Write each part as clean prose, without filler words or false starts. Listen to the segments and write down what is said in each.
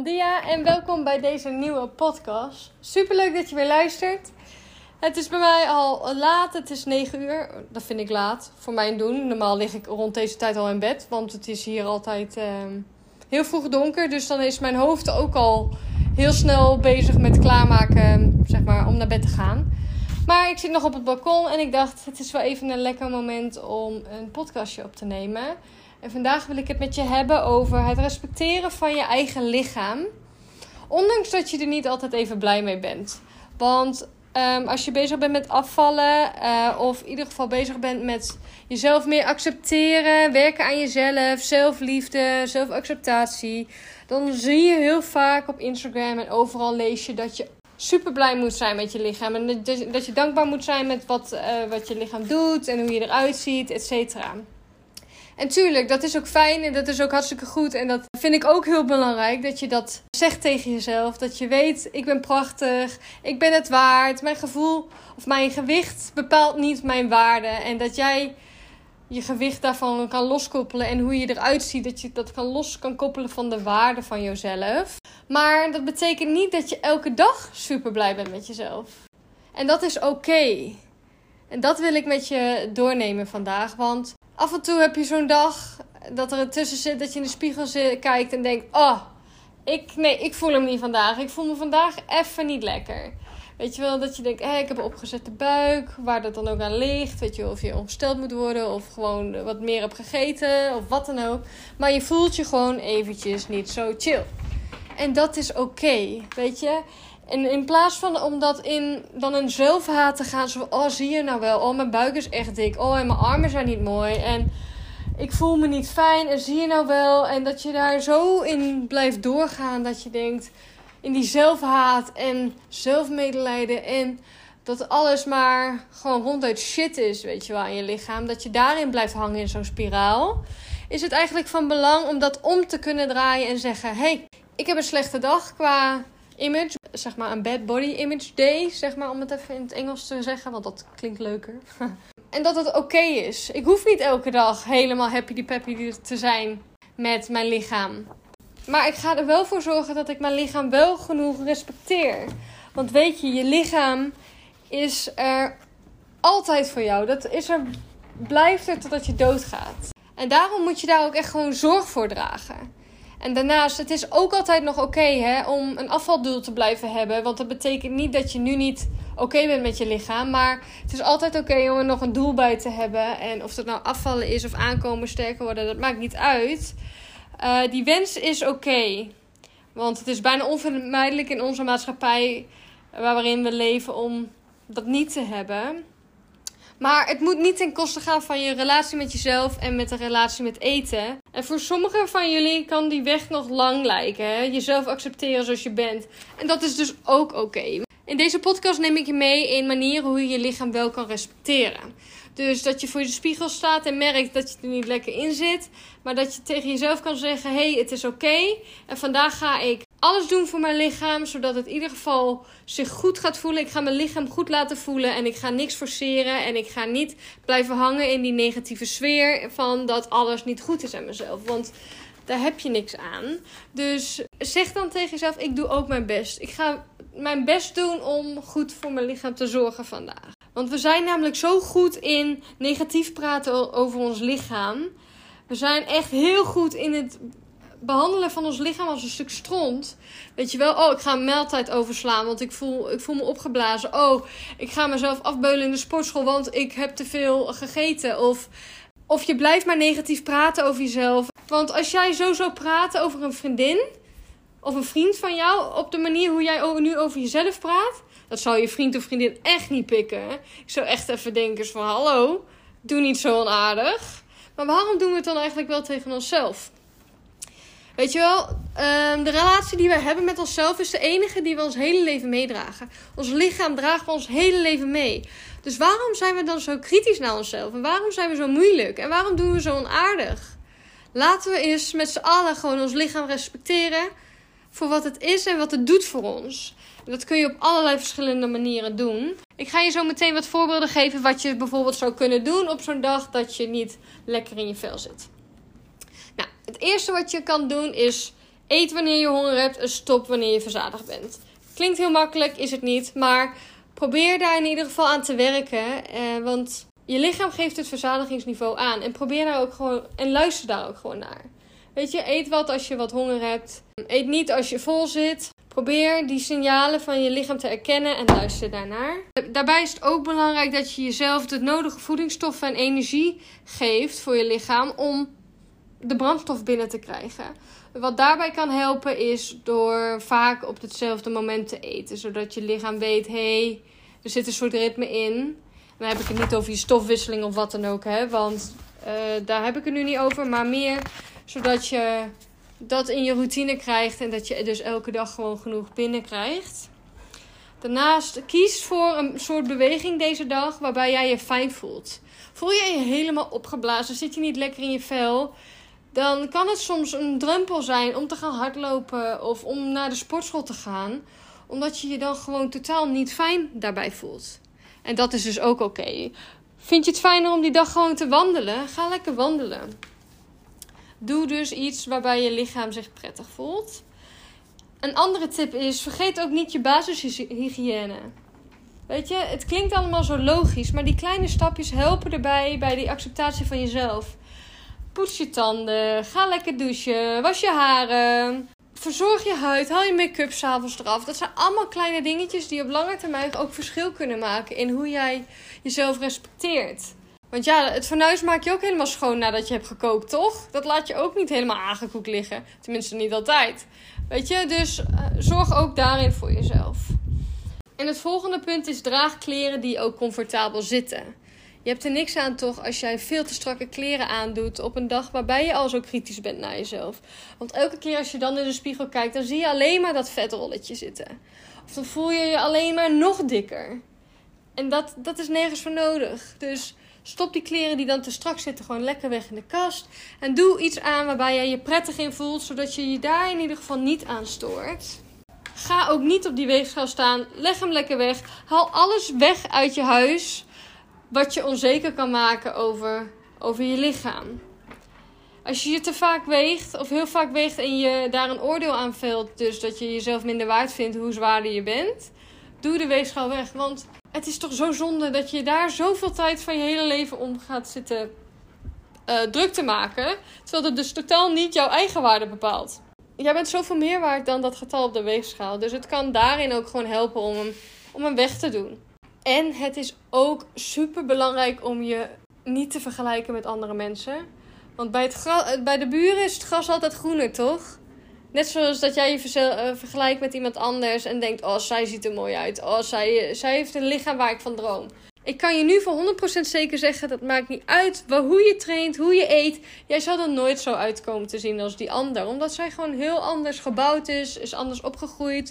dia en welkom bij deze nieuwe podcast. Superleuk dat je weer luistert. Het is bij mij al laat, het is 9 uur. Dat vind ik laat voor mijn doen. Normaal lig ik rond deze tijd al in bed, want het is hier altijd heel vroeg donker. Dus dan is mijn hoofd ook al heel snel bezig met klaarmaken, zeg maar, om naar bed te gaan. Maar ik zit nog op het balkon en ik dacht, het is wel even een lekker moment om een podcastje op te nemen. En vandaag wil ik het met je hebben over het respecteren van je eigen lichaam. Ondanks dat je er niet altijd even blij mee bent. Want als je bezig bent met afvallen of in ieder geval bezig bent met jezelf meer accepteren, werken aan jezelf, zelfliefde, zelfacceptatie, dan zie je heel vaak op Instagram en overal lees je dat je super blij moet zijn met je lichaam. En dat je dankbaar moet zijn met wat je lichaam doet en hoe je eruit ziet, et cetera. En tuurlijk, dat is ook fijn en dat is ook hartstikke goed. En dat vind ik ook heel belangrijk, dat je dat zegt tegen jezelf. Dat je weet, ik ben prachtig, ik ben het waard. Mijn gevoel of mijn gewicht bepaalt niet mijn waarde. En dat jij je gewicht daarvan kan loskoppelen. En hoe je eruit ziet, dat je dat los kan koppelen van de waarde van jezelf. Maar dat betekent niet dat je elke dag super blij bent met jezelf. En dat is oké. En dat wil ik met je doornemen vandaag, want af en toe heb je zo'n dag dat er tussen zit, dat je in de spiegel kijkt en denkt, ik voel hem niet vandaag. Ik voel me vandaag even niet lekker. Weet je wel, dat je denkt, ik heb een opgezette buik, waar dat dan ook aan ligt. Weet je wel, of je ongesteld moet worden of gewoon wat meer hebt gegeten of wat dan ook. Maar je voelt je gewoon eventjes niet zo chill. En dat is oké, weet je. En in plaats van om dat dan een zelfhaat te gaan. Zo, zie je nou wel. Mijn buik is echt dik. En mijn armen zijn niet mooi. En ik voel me niet fijn. En zie je nou wel. En dat je daar zo in blijft doorgaan. Dat je denkt, in die zelfhaat en zelfmedelijden. En dat alles maar gewoon ronduit shit is, weet je wel, aan je lichaam. Dat je daarin blijft hangen in zo'n spiraal. Is het eigenlijk van belang om dat om te kunnen draaien en zeggen, hey, ik heb een slechte dag qua image, zeg maar een bad body image day, zeg maar, om het even in het Engels te zeggen, want dat klinkt leuker. En dat het oké is. Ik hoef niet elke dag helemaal happy te zijn met mijn lichaam. Maar ik ga er wel voor zorgen dat ik mijn lichaam wel genoeg respecteer. Want weet je, je lichaam is er altijd voor jou. Dat is er, blijft er totdat je doodgaat. En daarom moet je daar ook echt gewoon zorg voor dragen. En daarnaast, het is ook altijd nog oké, om een afvaldoel te blijven hebben. Want dat betekent niet dat je nu niet oké bent met je lichaam. Maar het is altijd oké om er nog een doel bij te hebben. En of dat nou afvallen is of aankomen, sterker worden, dat maakt niet uit. Die wens is oké. Want het is bijna onvermijdelijk in onze maatschappij waarin we leven om dat niet te hebben. Maar het moet niet ten koste gaan van je relatie met jezelf en met de relatie met eten. En voor sommigen van jullie kan die weg nog lang lijken. Jezelf accepteren zoals je bent. En dat is dus ook oké. In deze podcast neem ik je mee in manieren hoe je je lichaam wel kan respecteren. Dus dat je voor je spiegel staat en merkt dat je er niet lekker in zit. Maar dat je tegen jezelf kan zeggen, hey, het is oké. En vandaag ga ik alles doen voor mijn lichaam, zodat het in ieder geval zich goed gaat voelen. Ik ga mijn lichaam goed laten voelen en ik ga niks forceren. En ik ga niet blijven hangen in die negatieve sfeer van dat alles niet goed is aan mezelf. Want daar heb je niks aan. Dus zeg dan tegen jezelf, ik doe ook mijn best. Ik ga mijn best doen om goed voor mijn lichaam te zorgen vandaag. Want we zijn namelijk zo goed in negatief praten over ons lichaam. We zijn echt heel goed in het behandelen van ons lichaam als een stuk stront. Weet je wel, ik ga een maaltijd overslaan, want ik voel me opgeblazen. Ik ga mezelf afbeulen in de sportschool, want ik heb te veel gegeten. Of je blijft maar negatief praten over jezelf. Want als jij zo zou praten over een vriendin of een vriend van jou, op de manier hoe jij nu over jezelf praat, dat zou je vriend of vriendin echt niet pikken. Ik zou echt even denken van, hallo, doe niet zo onaardig. Maar waarom doen we het dan eigenlijk wel tegen onszelf? Weet je wel, de relatie die wij hebben met onszelf is de enige die we ons hele leven meedragen. Ons lichaam dragen we ons hele leven mee. Dus waarom zijn we dan zo kritisch naar onszelf? En waarom zijn we zo moeilijk? En waarom doen we zo onaardig? Laten we eens met z'n allen gewoon ons lichaam respecteren voor wat het is en wat het doet voor ons. En dat kun je op allerlei verschillende manieren doen. Ik ga je zo meteen wat voorbeelden geven wat je bijvoorbeeld zou kunnen doen op zo'n dag dat je niet lekker in je vel zit. Nou, het eerste wat je kan doen is Eet wanneer je honger hebt en stop wanneer je verzadigd bent. Klinkt heel makkelijk, is het niet. Maar probeer daar in ieder geval aan te werken. Want je lichaam geeft het verzadigingsniveau aan. En probeer daar ook gewoon en luister daar ook gewoon naar. Weet je, eet wat als je wat honger hebt. Eet niet als je vol zit. Probeer die signalen van je lichaam te erkennen en luister daarnaar. Daarbij is het ook belangrijk dat je jezelf de nodige voedingsstoffen en energie geeft voor je lichaam om de brandstof binnen te krijgen. Wat daarbij kan helpen is door vaak op hetzelfde moment te eten. Zodat je lichaam weet, er zit een soort ritme in. En dan heb ik het niet over je stofwisseling of wat dan ook. Want daar heb ik het nu niet over. Maar meer zodat je dat in je routine krijgt. En dat je dus elke dag gewoon genoeg binnenkrijgt. Daarnaast kies voor een soort beweging deze dag waarbij jij je fijn voelt. Voel je je helemaal opgeblazen? Zit je niet lekker in je vel? Dan kan het soms een drempel zijn om te gaan hardlopen of om naar de sportschool te gaan. Omdat je je dan gewoon totaal niet fijn daarbij voelt. En dat is dus ook oké. Vind je het fijner om die dag gewoon te wandelen? Ga lekker wandelen. Doe dus iets waarbij je lichaam zich prettig voelt. Een andere tip is, vergeet ook niet je basishygiëne. Weet je, het klinkt allemaal zo logisch, maar die kleine stapjes helpen erbij bij die acceptatie van jezelf. Poets je tanden, ga lekker douchen, was je haren, verzorg je huid, haal je make-up 's avonds eraf. Dat zijn allemaal kleine dingetjes die op lange termijn ook verschil kunnen maken in hoe jij jezelf respecteert. Want ja, het fornuis maak je ook helemaal schoon nadat je hebt gekookt, toch? Dat laat je ook niet helemaal aangekoekt liggen. Tenminste niet altijd. Weet je, dus zorg ook daarin voor jezelf. En het volgende punt is draag kleren die ook comfortabel zitten. Je hebt er niks aan toch als jij veel te strakke kleren aandoet op een dag waarbij je al zo kritisch bent naar jezelf. Want elke keer als je dan in de spiegel kijkt, dan zie je alleen maar dat vetrolletje zitten. Of dan voel je je alleen maar nog dikker. En dat is nergens voor nodig. Dus stop die kleren die dan te strak zitten gewoon lekker weg in de kast. En doe iets aan waarbij jij je prettig in voelt, zodat je je daar in ieder geval niet aan stoort. Ga ook niet op die weegschaal staan. Leg hem lekker weg. Haal alles weg uit je huis wat je onzeker kan maken over je lichaam. Als je je te vaak weegt of heel vaak weegt en je daar een oordeel aan velt, dus dat je jezelf minder waard vindt hoe zwaarder je bent, doe de weegschaal weg. Want het is toch zo zonde dat je daar zoveel tijd van je hele leven om gaat zitten druk te maken, terwijl het dus totaal niet jouw eigen waarde bepaalt. Jij bent zoveel meer waard dan dat getal op de weegschaal. Dus het kan daarin ook gewoon helpen om hem weg te doen. En het is ook super belangrijk om je niet te vergelijken met andere mensen. Want bij de buren is het gras altijd groener, toch? Net zoals dat jij je vergelijkt met iemand anders en denkt, oh, zij ziet er mooi uit. Oh, zij heeft een lichaam waar ik van droom. Ik kan je nu voor 100% zeker zeggen, dat maakt niet uit hoe je traint, hoe je eet. Jij zal er nooit zo uitkomen te zien als die ander. Omdat zij gewoon heel anders gebouwd is anders opgegroeid.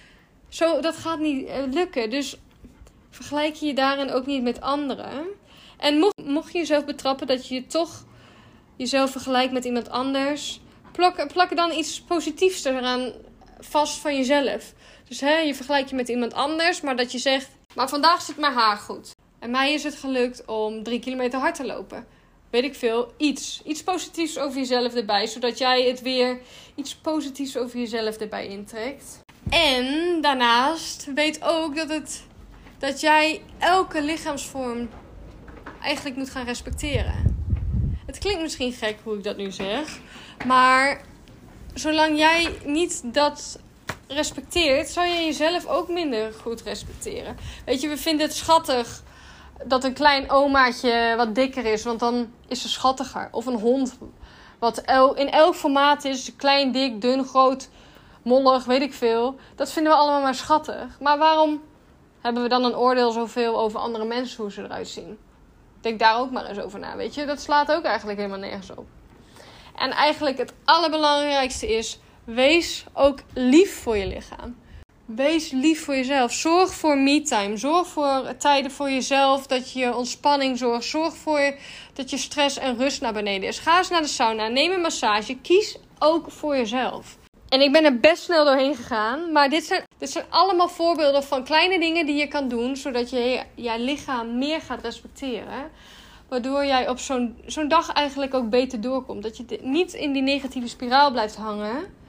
Dat gaat niet lukken. Dus vergelijk je daarin ook niet met anderen. En mocht je jezelf betrappen dat je toch jezelf vergelijkt met iemand anders, plak dan iets positiefs eraan vast van jezelf. Dus je vergelijkt je met iemand anders, maar dat je zegt, maar vandaag zit mijn haar goed. En mij is het gelukt om 3 kilometer hard te lopen. Weet ik veel, iets positiefs over jezelf erbij, zodat jij het weer iets positiefs over jezelf erbij intrekt. En daarnaast weet ook dat jij elke lichaamsvorm eigenlijk moet gaan respecteren. Het klinkt misschien gek hoe ik dat nu zeg, maar zolang jij niet dat respecteert, zou je jezelf ook minder goed respecteren. Weet je, we vinden het schattig dat een klein omaatje wat dikker is, want dan is ze schattiger. Of een hond wat in elk formaat is, klein, dik, dun, groot, mollig, weet ik veel. Dat vinden we allemaal maar schattig. Maar waarom hebben we dan een oordeel zoveel over andere mensen, hoe ze eruit zien? Denk daar ook maar eens over na, weet je. Dat slaat ook eigenlijk helemaal nergens op. En eigenlijk het allerbelangrijkste is, wees ook lief voor je lichaam. Wees lief voor jezelf. Zorg voor me-time. Zorg voor tijden voor jezelf. Dat je ontspanning zorgt. Zorg voor dat je stress en rust naar beneden is. Ga eens naar de sauna. Neem een massage. Kies ook voor jezelf. En ik ben er best snel doorheen gegaan. Maar dit zijn allemaal voorbeelden van kleine dingen die je kan doen. Zodat je je lichaam meer gaat respecteren. Waardoor jij op zo'n dag eigenlijk ook beter doorkomt. Dat je niet in die negatieve spiraal blijft hangen.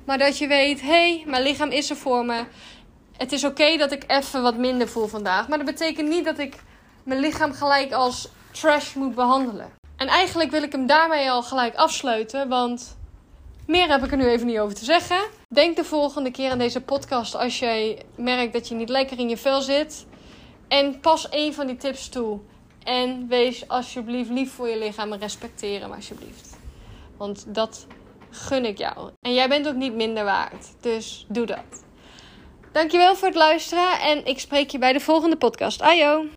Maar dat je weet, mijn lichaam is er voor me. Het is oké dat ik even wat minder voel vandaag. Maar dat betekent niet dat ik mijn lichaam gelijk als trash moet behandelen. En eigenlijk wil ik hem daarmee al gelijk afsluiten. Want meer heb ik er nu even niet over te zeggen. Denk de volgende keer aan deze podcast als jij merkt dat je niet lekker in je vel zit. En pas één van die tips toe. En wees alsjeblieft lief voor je lichaam en respecteer hem alsjeblieft. Want dat gun ik jou. En jij bent ook niet minder waard. Dus doe dat. Dankjewel voor het luisteren en ik spreek je bij de volgende podcast. Ajo!